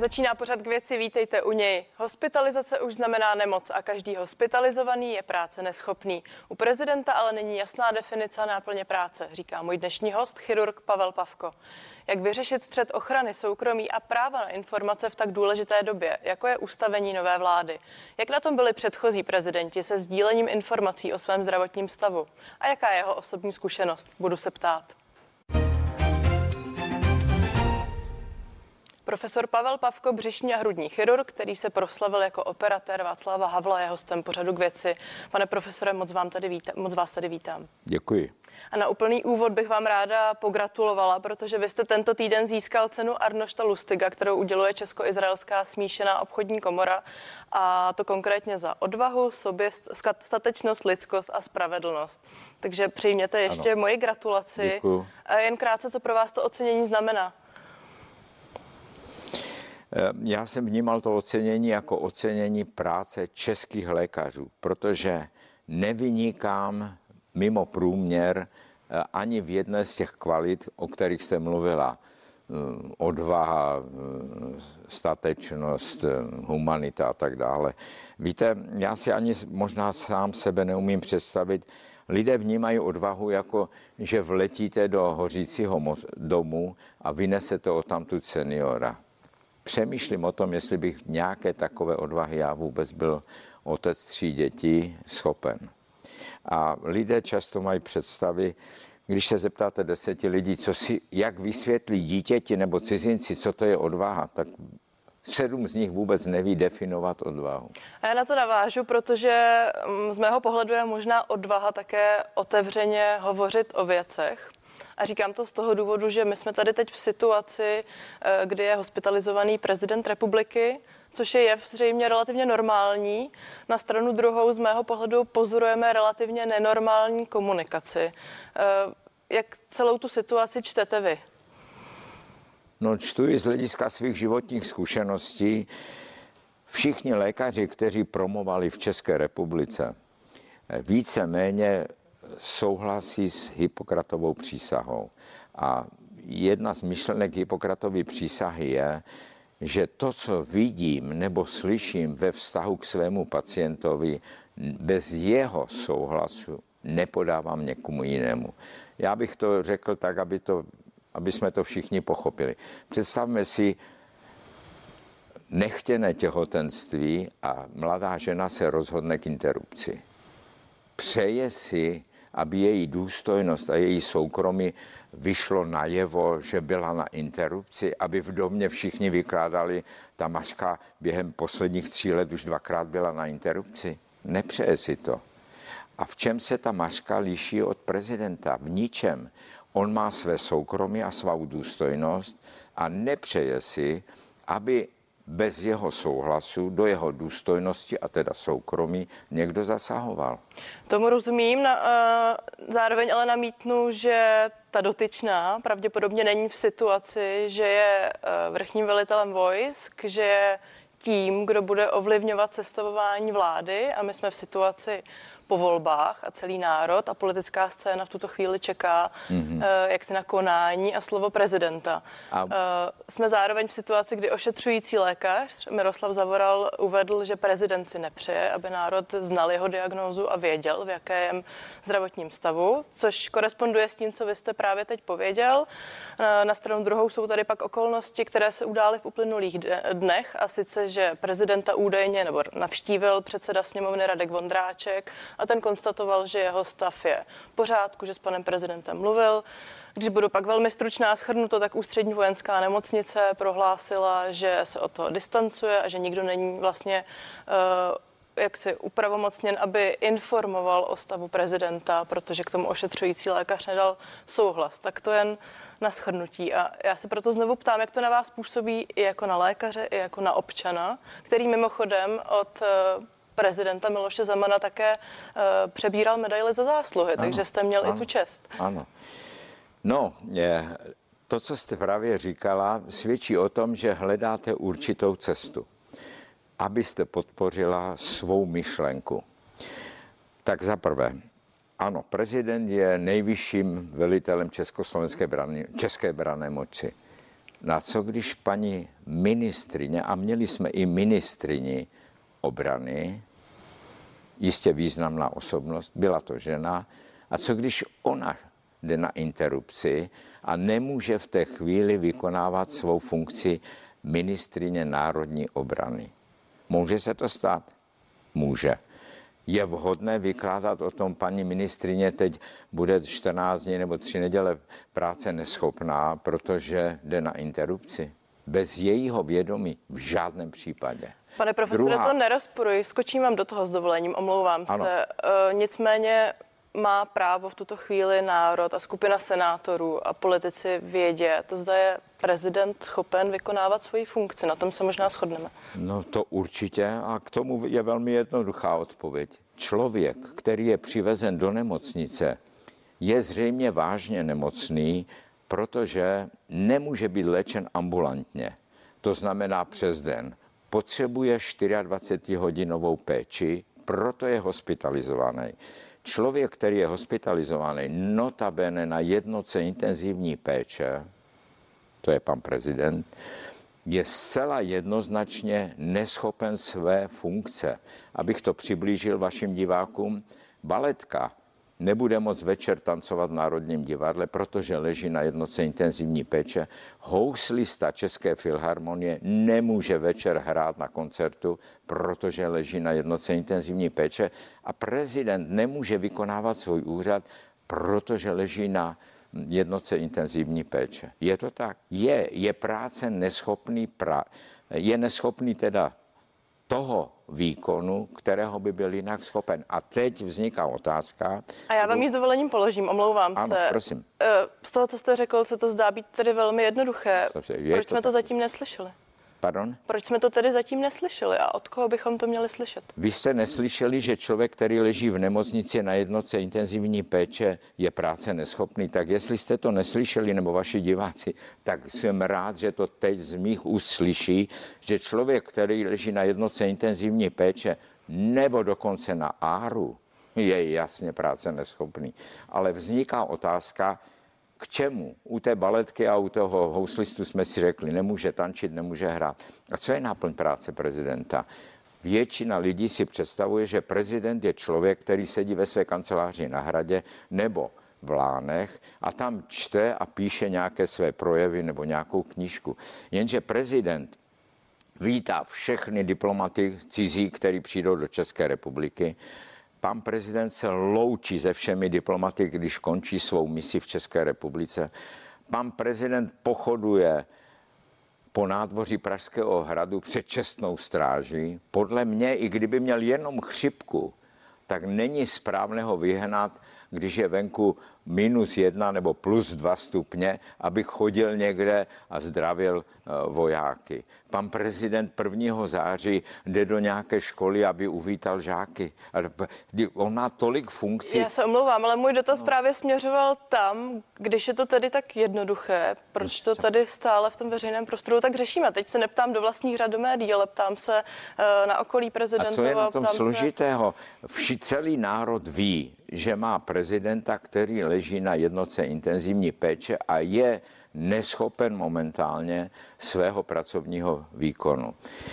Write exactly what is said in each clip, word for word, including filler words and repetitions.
Začíná pořad K věci, vítejte u něj. Hospitalizace už znamená nemoc a každý hospitalizovaný je práce neschopný. U prezidenta ale není jasná definice a náplně práce, říká můj dnešní host, chirurg Pavel Pavko. Jak vyřešit střet ochrany soukromí a práva na informace v tak důležité době, jako je ustavení nové vlády? Jak na tom byli předchozí prezidenti se sdílením informací o svém zdravotním stavu? A jaká je jeho osobní zkušenost? Budu se ptát. Profesor Pavel Pavko, břišní a hrudní chirurg, který se proslavil jako operatér Václava Havla, je hostem pořadu K věci. Pane profesore, moc, vám tady vítám, moc vás tady vítám. Děkuji. A na úplný úvod bych vám ráda pogratulovala, protože vy jste tento týden získal cenu Arnošta Lustiga, kterou uděluje Česko-izraelská smíšená obchodní komora, a to konkrétně za odvahu, soběst, statečnost, lidskost a spravedlnost. Takže přijměte ještě ano. moji gratulaci. Děkuji. A jen krátce, co pro vás to ocenění znamená? Já jsem vnímal to ocenění jako ocenění práce českých lékařů, protože nevynikám mimo průměr ani v jedné z těch kvalit, o kterých jste mluvila. Odvaha, statečnost, humanita a tak dále. Víte, já si ani možná sám sebe neumím představit. Lidé vnímají odvahu jako, že vletíte do hořícího domu a vynesete odtamtud seniora. Přemýšlím o tom, jestli bych nějaké takové odvahy, já vůbec byl otec tří dětí, schopen. A lidé často mají představy, když se zeptáte deseti lidí, co si, jak vysvětlí dítěti nebo cizinci, co to je odvaha, tak sedm z nich vůbec neví definovat odvahu. A já na to navážu, protože z mého pohledu je možná odvaha také otevřeně hovořit o věcech. A říkám to z toho důvodu, že my jsme tady teď v situaci, kdy je hospitalizovaný prezident republiky, což je jev zřejmě relativně normální. Na stranu druhou z mého pohledu pozorujeme relativně nenormální komunikaci. Jak celou tu situaci čtete vy? No, čtu i z hlediska svých životních zkušeností. Všichni lékaři, kteří promovali v České republice, víceméně souhlasí s Hippokratovou přísahou. A jedna z myšlenek Hippokratovy přísahy je, že to, co vidím nebo slyším ve vztahu k svému pacientovi, bez jeho souhlasu nepodávám někomu jinému. Já bych to řekl tak, aby, to, aby jsme to všichni pochopili. Představme si nechtěné těhotenství a mladá žena se rozhodne k interrupci. Přeje si, aby její důstojnost a její soukromí vyšlo najevo, že byla na interrupci, aby v domě všichni vykládali, ta Maška během posledních tří let už dvakrát byla na interrupci. Nepřeje si to. A v čem se ta Maška liší od prezidenta? V ničem. On má své soukromí a svou důstojnost a nepřeje si, aby bez jeho souhlasu do jeho důstojnosti a teda soukromí někdo zasahoval. Tomu rozumím, na, uh, zároveň ale namítnu, že ta dotyčná pravděpodobně není v situaci, že je uh, vrchním velitelem vojsk, že je tím, kdo bude ovlivňovat sestavování vlády, a my jsme v situaci po volbách a celý národ a politická scéna v tuto chvíli čeká mm-hmm. uh, jaksi na konání a slovo prezidenta. A... Uh, jsme zároveň v situaci, kdy ošetřující lékař Miroslav Zavoral uvedl, že prezident si nepřeje, aby národ znal jeho diagnózu a věděl, v jakém zdravotním stavu, což koresponduje s tím, co vy jste právě teď pověděl. Uh, na stranu druhou jsou tady pak okolnosti, které se udály v uplynulých dnech, a sice, že prezidenta údajně nebo navštívil předseda sněmovny Radek Vondráček a ten konstatoval, že jeho stav je v pořádku, že s panem prezidentem mluvil. Když budu pak velmi stručná, shrnuto, tak ústřední vojenská nemocnice prohlásila, že se od toho distancuje a že nikdo není vlastně uh, jaksi upravomocněn, aby informoval o stavu prezidenta, protože k tomu ošetřující lékař nedal souhlas. Tak to jen na shrnutí. A já se proto znovu ptám, jak to na vás působí i jako na lékaře, i jako na občana, který mimochodem od uh, prezidenta Miloše Zemana také uh, přebíral medaili za zásluhy, ano, takže jste měl ano, i tu čest. Ano. No, je, to, co jste právě říkala, svědčí o tom, že hledáte určitou cestu, abyste podpořila svou myšlenku. Tak za prvé, ano, prezident je nejvyšším velitelem československé brany, české branné moci. Na co když paní ministrině, a měli jsme i ministrini obrany, jistě významná osobnost, byla to žena, a co když ona jde na interrupci a nemůže v té chvíli vykonávat svou funkci ministrině národní obrany? Může se to stát? Může. Je vhodné vykládat o tom, paní ministrině teď bude čtrnáct dní nebo tři neděle práce neschopná, protože jde na interrupci? Bez jejího vědomí v žádném případě. Pane profesore, Druhá... to nerozporuji, skočím vám do toho s dovolením, omlouvám ano. se. E, nicméně má právo v tuto chvíli národ a skupina senátorů a politici vědět, zda je prezident schopen vykonávat svoji funkci. Na tom se možná shodneme. No to určitě a k tomu je velmi jednoduchá odpověď. Člověk, který je přivezen do nemocnice, je zřejmě vážně nemocný, protože nemůže být léčen ambulantně. To znamená přes den. Potřebuje dvacetihodinovou péči, proto je hospitalizovaný. Člověk, který je hospitalizovaný notabene na jednotce intenzivní péče, to je pan prezident, je zcela jednoznačně neschopen své funkce. Abych to přiblížil vašim divákům, baletka nebude moct večer tancovat v Národním divadle, protože leží na jednotce intenzivní péče. Houslista České filharmonie nemůže večer hrát na koncertu, protože leží na jednotce intenzivní péče. A prezident nemůže vykonávat svůj úřad, protože leží na jednotce intenzivní péče. Je to tak? Je. Je práce neschopný, pra, je neschopný teda toho výkonu, kterého by byl jinak schopen. A teď vzniká otázka. A já vám ji s dovolením položím, omlouvám ano, se. Prosím. Z toho, co jste řekl, se to zdá být tedy velmi jednoduché. Je Proč to jsme tak? to zatím neslyšeli? Pardon? Proč jsme to tedy zatím neslyšeli a od koho bychom to měli slyšet? Vy jste neslyšeli, že člověk, který leží v nemocnici na jednotce intenzivní péče, je práce neschopný. Tak jestli jste to neslyšeli, nebo vaši diváci, tak jsem rád, že to teď z mých úst slyší, že člověk, který leží na jednotce intenzivní péče, nebo dokonce na áru, je jasně práce neschopný. Ale vzniká otázka, k čemu? U té baletky a u toho houslistu jsme si řekli, nemůže tančit, nemůže hrát. A co je náplň práce prezidenta? Většina lidí si představuje, že prezident je člověk, který sedí ve své kanceláři na Hradě nebo v Lánech a tam čte a píše nějaké své projevy nebo nějakou knížku. Jenže prezident vítá všechny diplomaty cizí, kteří přijdou do České republiky. Pan prezident se loučí se všemi diplomaty, když končí svou misi v České republice. Pan prezident pochoduje po nádvoří Pražského hradu před čestnou stráží. Podle mě, i kdyby měl jenom chřipku, tak není správné ho vyhnat, když je venku minus jedna nebo plus dva stupně, aby chodil někde a zdravil vojáky. Pan prezident prvního září jde do nějaké školy, aby uvítal žáky. On má tolik funkcí. Já se omlouvám, ale můj dotaz no. právě směřoval tam, když je to tady tak jednoduché, proč to tady stále v tom veřejném prostoru tak řešíme. Teď se neptám do vlastních řad do médií, ale ptám se na okolí prezidentova. A co je na tom složitého? Vši, celý národ ví, že má prezidenta, který leží na jednotce intenzivní péče a je neschopen momentálně svého pracovního výkonu.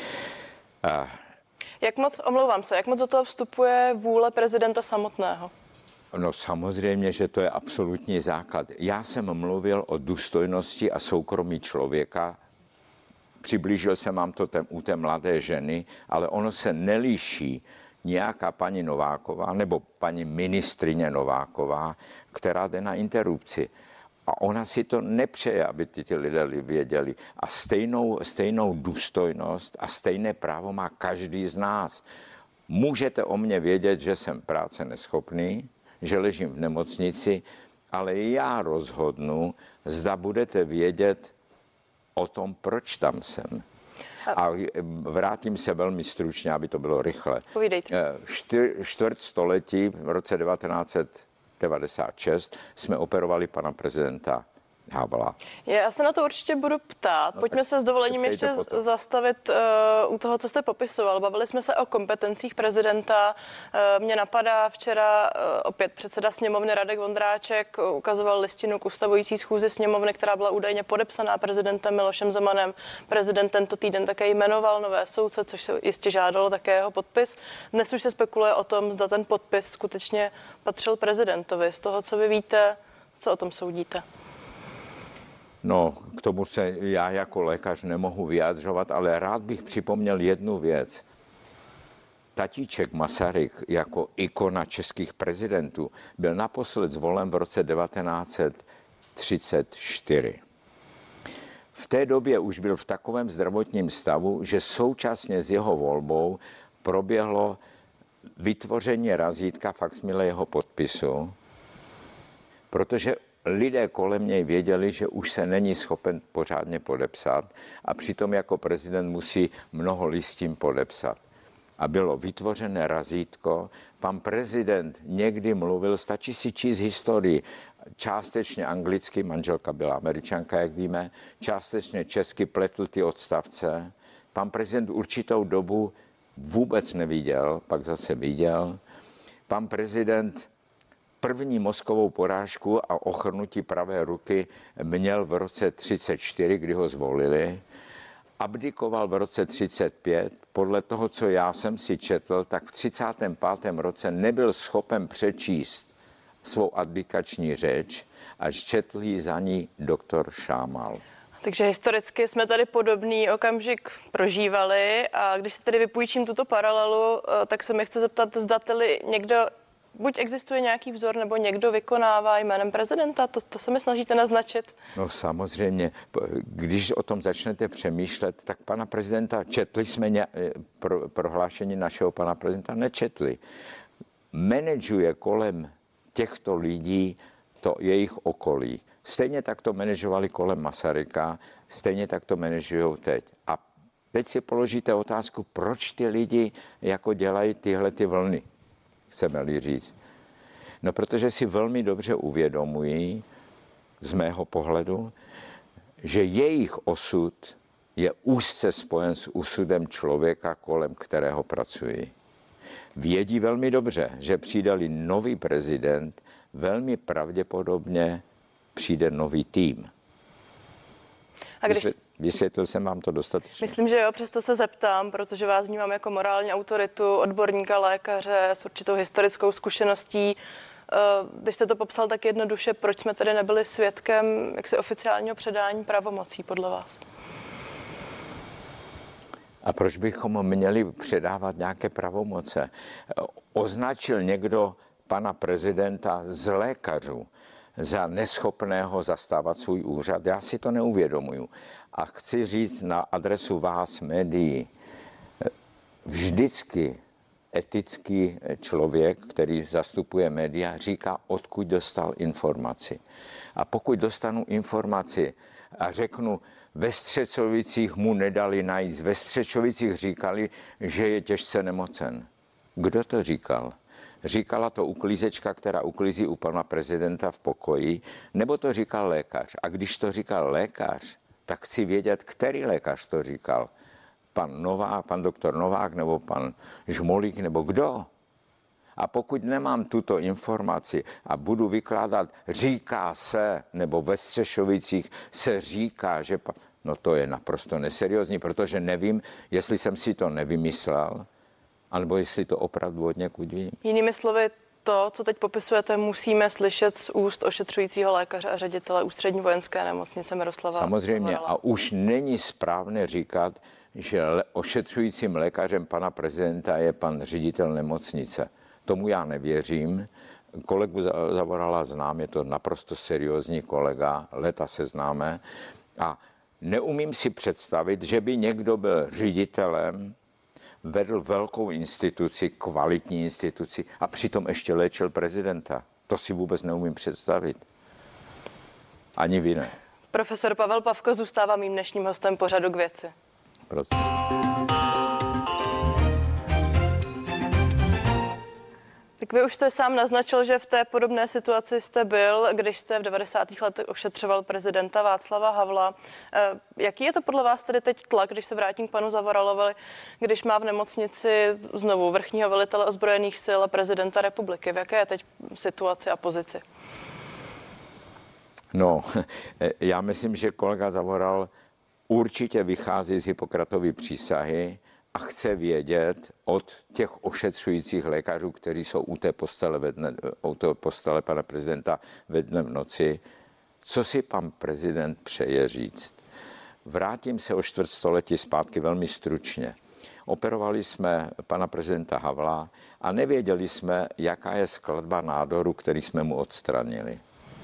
A... Jak moc, omlouvám se, jak moc do toho vstupuje vůle prezidenta samotného? No samozřejmě, že to je absolutní základ. Já jsem mluvil o důstojnosti a soukromí člověka. Přiblížil jsem vám to tém, u té mladé ženy, ale ono se nelíší nějaká paní Nováková nebo paní ministrině Nováková, která jde na interrupci. A ona si to nepřeje, aby ty, ty lidé věděli. A stejnou, stejnou důstojnost a stejné právo má každý z nás. Můžete o mně vědět, že jsem práce neschopný, že ležím v nemocnici, ale já rozhodnu, zda budete vědět o tom, proč tam jsem. A vrátím se velmi stručně, aby to bylo rychle. Povídejte. Čtyř, čtvrt století v roce devatenáct set devadesát šest jsme operovali pana prezidenta Havla. Já se na to určitě budu ptát. No, Pojďme se s dovolením ještě potom. zastavit uh, u toho, co jste popisoval. Bavili jsme se o kompetencích prezidenta. Uh, Mně napadá včera uh, opět předseda sněmovny Radek Vondráček ukazoval listinu k ustavující schůzi sněmovny, která byla údajně podepsaná prezidentem Milošem Zemanem. Prezident tento týden také jmenoval nové soudce, což se jistě žádalo také jeho podpis. Dnes už se spekuluje o tom, zda ten podpis skutečně patřil prezidentovi. Z toho, co vy víte, co o tom soudíte? No, k tomu se já jako lékař nemohu vyjadřovat, ale rád bych připomněl jednu věc. Tatíček Masaryk jako ikona českých prezidentů byl naposled zvolen v roce devatenáct set třicet čtyři. V té době už byl v takovém zdravotním stavu, že současně s jeho volbou proběhlo vytvoření razítka faksmile jeho podpisu, protože lidé kolem něj věděli, že už se není schopen pořádně podepsat a přitom jako prezident musí mnoho listin podepsat. A bylo vytvořené razítko. Pan prezident někdy mluvil, stačí si číst historii, částečně anglicky, manželka byla Američanka, jak víme, částečně česky pletl ty odstavce. Pan prezident určitou dobu vůbec neviděl, pak zase viděl. Pan prezident první mozkovou porážku a ochrnutí pravé ruky měl v roce třicet čtyři, kdy ho zvolili. Abdikoval v roce třicet pět. Podle toho, co já jsem si četl, tak v třicátém pátém roce nebyl schopen přečíst svou abdikační řeč, až četl ji za ní doktor Šámal. Takže historicky jsme tady podobný okamžik prožívali a když se tedy vypůjčím tuto paralelu, tak se mi chce zeptat, zda tedy někdo, buď existuje nějaký vzor, nebo někdo vykonává jménem prezidenta, to, to se mi snažíte naznačit? No samozřejmě, když o tom začnete přemýšlet, tak pana prezidenta, četli jsme ně, pro, prohlášení našeho pana prezidenta, nečetli. Manažuje kolem těchto lidí to jejich okolí. Stejně tak to manažovali kolem Masaryka, stejně tak to manažují teď. A teď si položíte otázku, proč ty lidi jako dělají tyhle ty vlny, chceme-li říct. No, protože si velmi dobře uvědomují, z mého pohledu, že jejich osud je úzce spojen s osudem člověka, kolem kterého pracují. Vědí velmi dobře, že přijde-li nový prezident, velmi pravděpodobně přijde nový tým. A když... Vysvětlil jsem vám to dostatečně? Myslím, že jo, přesto se zeptám, protože vás vnímám jako morální autoritu, odborníka, lékaře s určitou historickou zkušeností. Když jste to popsal tak jednoduše, proč jsme tedy nebyli svědkem jaksi oficiálního předání pravomocí podle vás? A proč bychom měli předávat nějaké pravomoce? Označil někdo pana prezidenta z lékařů za neschopného zastávat svůj úřad? Já si to neuvědomuju. A chci říct na adresu vás, médií, vždycky etický člověk, který zastupuje média, říká, odkud dostal informaci. A pokud dostanu informaci a řeknu, ve Střecovicích mu nedali najít, ve Střecovicích říkali, že je těžce nemocen. Kdo to říkal? Říkala to uklízečka, která uklízí u pana prezidenta v pokoji, nebo to říkal lékař? A když to říkal lékař, tak chci vědět, který lékař to říkal. Pan Novák, pan doktor Novák, nebo pan Žmolík, nebo kdo? A pokud nemám tuto informaci a budu vykládat, říká se, nebo ve Střešovicích se říká, že... Pa... No to je naprosto neseriózní, protože nevím, jestli jsem si to nevymyslel, anebo jestli to opravdu od někud vím. Jinými slovy, to, co teď popisujete, musíme slyšet z úst ošetřujícího lékaře a ředitele Ústřední vojenské nemocnice Miroslava. Samozřejmě a už není správné říkat, že ošetřujícím lékařem pana prezidenta je pan ředitel nemocnice. Tomu já nevěřím. Kolegu Zavorala znám, je to naprosto seriózní kolega, leta se známe a neumím si představit, že by někdo byl ředitelem, vedl velkou instituci, kvalitní instituci a přitom ještě léčil prezidenta. To si vůbec neumím představit. Ani vy ne. Profesor Pavel Pavko zůstává mým dnešním hostem pořadu K věci. Prosím. Tak vy už jste sám naznačil, že v té podobné situaci jste byl, když jste v devadesátých letech ošetřoval prezidenta Václava Havla. Jaký je to podle vás tedy teď tlak, když se vrátím k panu Zavoralovi, když má v nemocnici znovu vrchního velitele ozbrojených sil a prezidenta republiky? V jaké je teď situaci a pozici? No, já myslím, že kolega Zavoral určitě vychází z Hippokratovy přísahy a chce vědět od těch ošetřujících lékařů, kteří jsou u té postele, ve dne, u té postele pana prezidenta ve dne v noci, co si pan prezident přeje říct. Vrátím se o čtvrtstoletí zpátky velmi stručně. Operovali jsme pana prezidenta Havla a nevěděli jsme, jaká je skladba nádoru, který jsme mu odstranili.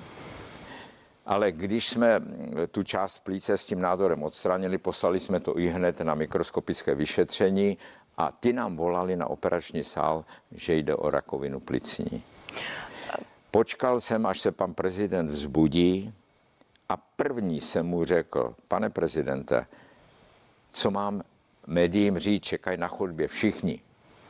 Ale když jsme tu část plíce s tím nádorem odstranili, poslali jsme to i hned na mikroskopické vyšetření a ty nám volali na operační sál, že jde o rakovinu plicní. Počkal jsem, až se pan prezident vzbudí a první jsem mu řekl, pane prezidente, co mám médiím říct, čekají na chodbě všichni.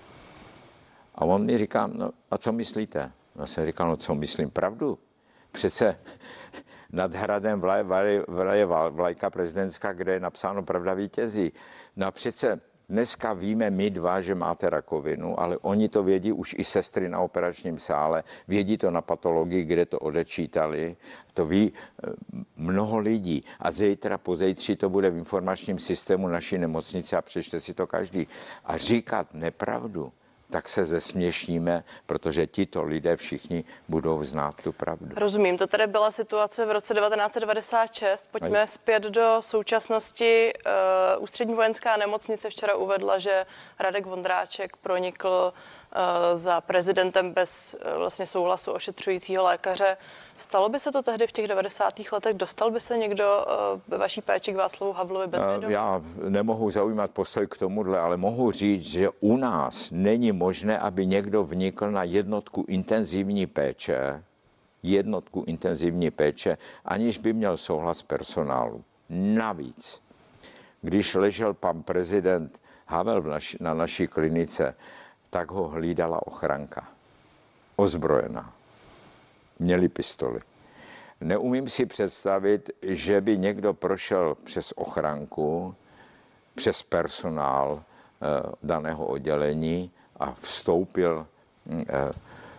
A on mi říká, no a co myslíte? Já jsem říkal, no co myslím, pravdu? Přece nad hradem vlaje, vlaje, vlaje vlajka prezidentská, kde je napsáno pravda vítězí. No a přece dneska víme my dva, že máte rakovinu, ale oni to vědí už i sestry na operačním sále, vědí to na patologii, kde to odečítali, to ví mnoho lidí. A zítra, pozítří to bude v informačním systému naší nemocnice a přečte si to každý. A říkat nepravdu, tak se zesměšníme, protože tito lidé všichni budou znát tu pravdu. Rozumím, to tady byla situace v roce devatenáct set devadesát šest. Pojďme Aj. zpět do současnosti. Uh, Ústřední vojenská nemocnice včera uvedla, že Radek Vondráček pronikl uh, za prezidentem bez uh, vlastně souhlasu ošetřujícího lékaře. Stalo by se to tehdy v těch devadesátých letech? Dostal by se někdo uh, ve vaší péči k Václavu Havlovi bez vědomí? Já nemohu zaujímat postoj k tomuhle, ale mohu říct, že u nás není možné, aby někdo vnikl na jednotku intenzivní péče, jednotku intenzivní péče, aniž by měl souhlas personálu. Navíc, když ležel pan prezident Havel naši, na naší klinice, tak ho hlídala ochranka. Ozbrojená. Měli pistoli. Neumím si představit, že by někdo prošel přes ochranku, přes personál eh, daného oddělení a vstoupil eh, eh,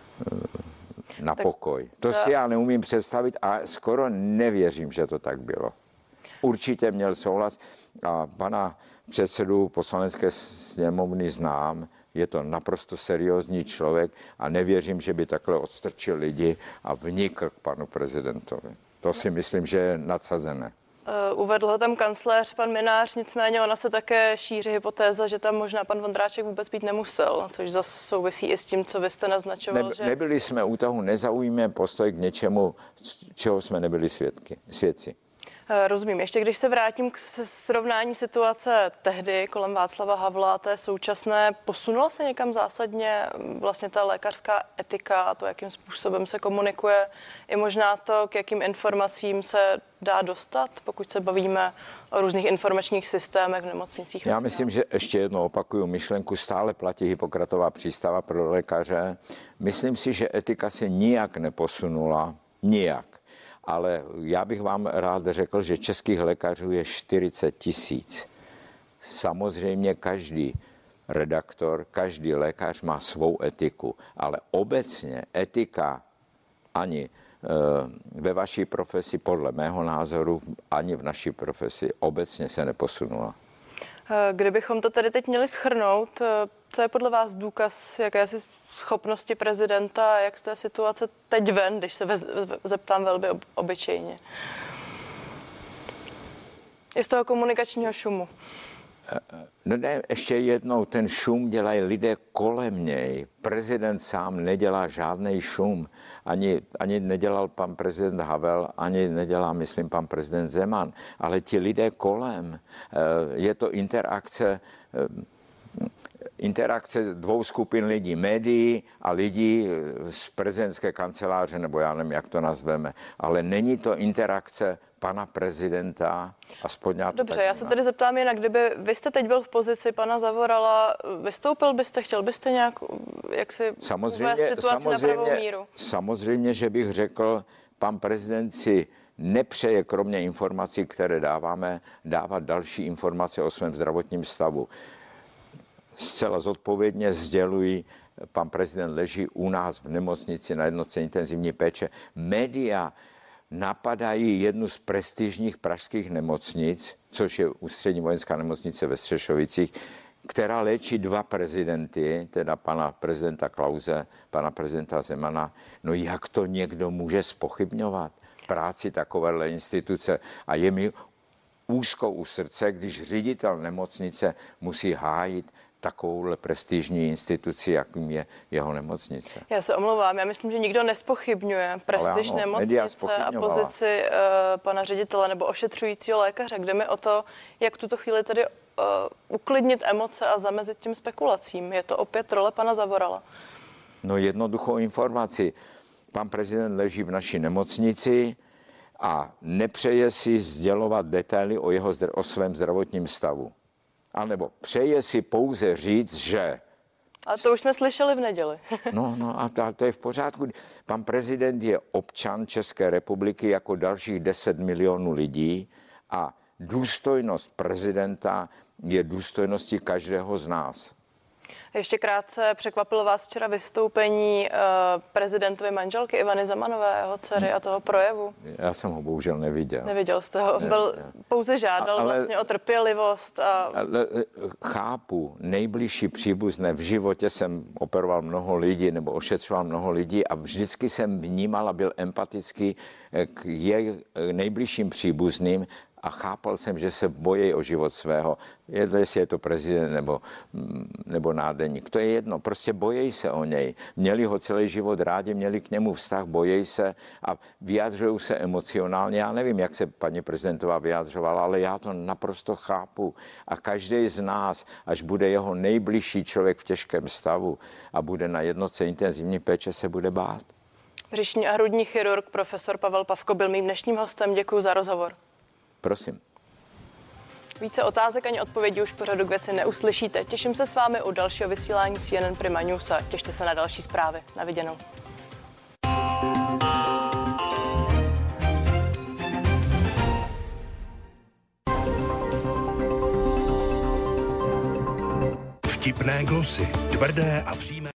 na tak pokoj. To si já neumím představit a skoro nevěřím, že to tak bylo. Určitě měl souhlas a pana předsedu poslanecké sněmovny znám, je to naprosto seriózní člověk a nevěřím, že by takhle odstrčil lidi a vnikl k panu prezidentovi. To si myslím, že je nadsazené. Uvedl ho tam kancléř pan Mynář, nicméně ona se také šíří hypotéza, že tam možná pan Vondráček vůbec být nemusel, což zase souvisí i s tím, co vy jste naznačoval. Ne, že... Nebyli jsme u toho, nezaujíme postoj k něčemu, čeho jsme nebyli svědky, svědci. Rozumím. Ještě když se vrátím k srovnání situace tehdy kolem Václava Havla a té současné, posunula se někam zásadně vlastně ta lékařská etika a to, jakým způsobem se komunikuje, i možná to, k jakým informacím se dá dostat, pokud se bavíme o různých informačních systémech v nemocnicích? Já myslím, že ještě jednou opakuju myšlenku, stále platí Hippokratová přístava pro lékaře. Myslím si, že etika se nijak neposunula, nijak. Ale já bych vám rád řekl, že českých lékařů je čtyřicet tisíc. Samozřejmě každý redaktor, každý lékař má svou etiku, ale obecně etika ani ve vaší profesi, podle mého názoru, ani v naší profesi obecně se neposunula. Kdybychom to tedy teď měli shrnout, co je podle vás důkaz jakési schopnosti prezidenta, jak z té situace teď ven, když se zeptám velmi obyčejně? I z toho komunikačního šumu. No ne, ještě jednou, ten šum dělají lidé kolem něj. Prezident sám nedělá žádný šum. Ani, ani nedělal pan prezident Havel, ani nedělá, myslím, pan prezident Zeman. Ale ti lidé kolem. Je to interakce. interakce dvou skupin lidí, médií a lidí z prezidentské kanceláře, nebo já nevím, jak to nazveme, ale není to interakce pana prezidenta, aspoň já to Dobře, tak já se tedy zeptám jinak, kdyby vy jste teď byl v pozici pana Zavorala, vystoupil byste, chtěl byste nějak, jak si samozřejmě, uvést situaci samozřejmě, na pravou míru? Samozřejmě, že bych řekl, pan prezident si nepřeje, kromě informací, které dáváme, dávat další informace o svém zdravotním stavu. Zcela zodpovědně sděluji, pan prezident leží u nás v nemocnici na jednotce intenzivní péče. Média napadají jednu z prestižních pražských nemocnic, což je Ústřední vojenská nemocnice ve Střešovicích, která léčí dva prezidenty, teda pana prezidenta Klause, pana prezidenta Zemana. No jak to někdo může zpochybňovat? Práci takovéhle instituce a je mi úzko u srdce, když ředitel nemocnice musí hájit takovouhle prestižní instituci, jakým je jeho nemocnice. Já se omlouvám, já myslím, že nikdo nespochybňuje prestiž ano, nemocnice a pozici uh, pana ředitele nebo ošetřujícího lékaře. Kde mi o to, jak v tuto chvíli tedy uh, uklidnit emoce a zamezit tím spekulacím. Je to opět role pana Zavorala? No jednoduchou informaci. Pan prezident leží v naší nemocnici a nepřeje si sdělovat detaily o, jeho, o svém zdravotním stavu. A nebo přeje si pouze říct, že... A to už jsme slyšeli v neděli. No, no a to, to je v pořádku. Pan prezident je občan České republiky jako dalších deset milionů lidí a důstojnost prezidenta je důstojností každého z nás. Ještě krátce, překvapilo vás včera vystoupení uh, prezidentovy manželky Ivany Zemanové, jeho dcery a toho projevu? Já jsem ho bohužel neviděl. Neviděl jste ho, byl, pouze žádal ale, vlastně o trpělivost. A... Ale chápu, nejbližší příbuzné, v životě jsem operoval mnoho lidí nebo ošetřoval mnoho lidí a vždycky jsem vnímal a byl empatický k jejich nejbližším příbuzným a chápal jsem, že se bojí o život svého. Jedno, jestli je to prezident nebo, nebo nádeník. To je jedno, prostě bojí se o něj. Měli ho celý život rádi, měli k němu vztah, bojí se a vyjadřují se emocionálně. Já nevím, jak se paní prezidentová vyjadřovala, ale já to naprosto chápu. A každý z nás, až bude jeho nejbližší člověk v těžkém stavu a bude na jednotce intenzivní péče, se bude bát. Břišní a hrudní chirurg profesor Pavel Pavko byl mým dnešním hostem. Děkuji za rozhovor. Prosím. Více otázek ani odpovědí už pořadu k věci neuslyšíte. Těším se s vámi u dalšího vysílání C N N Prima News a těšte se na další zprávy. Na viděnou. Vtipné glosy, tvrdé a přímé.